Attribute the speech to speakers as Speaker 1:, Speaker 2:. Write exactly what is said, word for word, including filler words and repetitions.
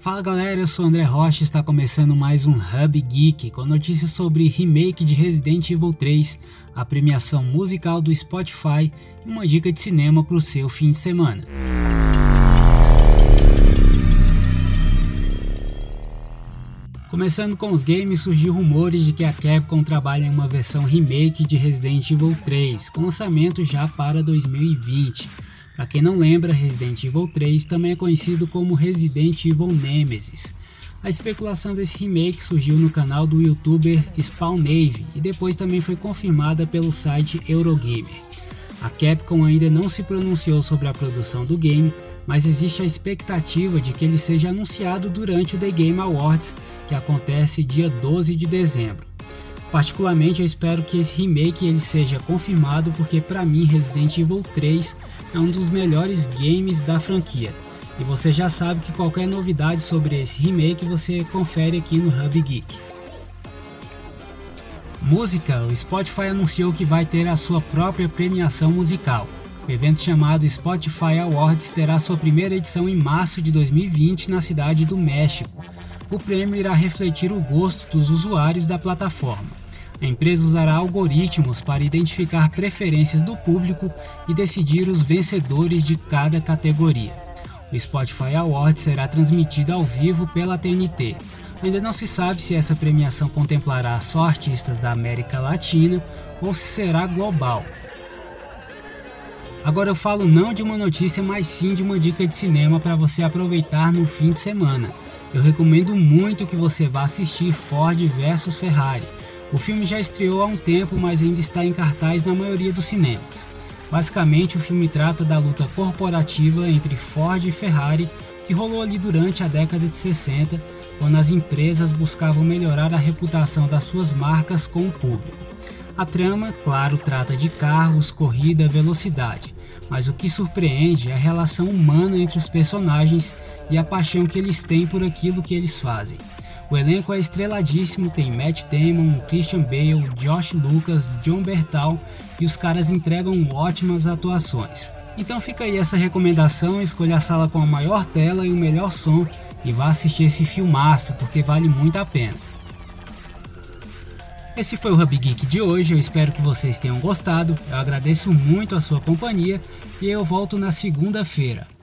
Speaker 1: Fala galera, eu sou o André Rocha e está começando mais um Hub Geek com notícias sobre remake de Resident Evil três, a premiação musical do Spotify e uma dica de cinema para o seu fim de semana. Começando com os games, surgiu rumores de que a Capcom trabalha em uma versão remake de Resident Evil três, com lançamento já para dois mil e vinte. Para quem não lembra, Resident Evil três também é conhecido como Resident Evil Nemesis. A especulação desse remake surgiu no canal do youtuber Spawnave e depois também foi confirmada pelo site Eurogamer. A Capcom ainda não se pronunciou sobre a produção do game, mas existe a expectativa de que ele seja anunciado durante o The Game Awards, que acontece dia doze de dezembro. Particularmente eu espero que esse remake ele seja confirmado, porque para mim Resident Evil três é um dos melhores games da franquia. E você já sabe que qualquer novidade sobre esse remake você confere aqui no Hub Geek. Música, o Spotify anunciou que vai ter a sua própria premiação musical. O evento chamado Spotify Awards terá sua primeira edição em março de dois mil e vinte na cidade do México. O prêmio irá refletir o gosto dos usuários da plataforma. A empresa usará algoritmos para identificar preferências do público e decidir os vencedores de cada categoria. O Spotify Awards será transmitido ao vivo pela T N T. Ainda não se sabe se essa premiação contemplará só artistas da América Latina ou se será global. Agora eu falo não de uma notícia, mas sim de uma dica de cinema para você aproveitar no fim de semana. Eu recomendo muito que você vá assistir Ford versus Ferrari. O filme já estreou há um tempo, mas ainda está em cartaz na maioria dos cinemas. Basicamente, o filme trata da luta corporativa entre Ford e Ferrari, que rolou ali durante a década de sessenta, quando as empresas buscavam melhorar a reputação das suas marcas com o público. A trama, claro, trata de carros, corrida, velocidade, mas o que surpreende é a relação humana entre os personagens e a paixão que eles têm por aquilo que eles fazem. O elenco é estreladíssimo, tem Matt Damon, Christian Bale, Josh Lucas, Jon Bernthal e os caras entregam ótimas atuações. Então fica aí essa recomendação, escolha a sala com a maior tela e o melhor som e vá assistir esse filmaço, porque vale muito a pena. Esse foi o Hub Geek de hoje, eu espero que vocês tenham gostado, eu agradeço muito a sua companhia e eu volto na segunda-feira.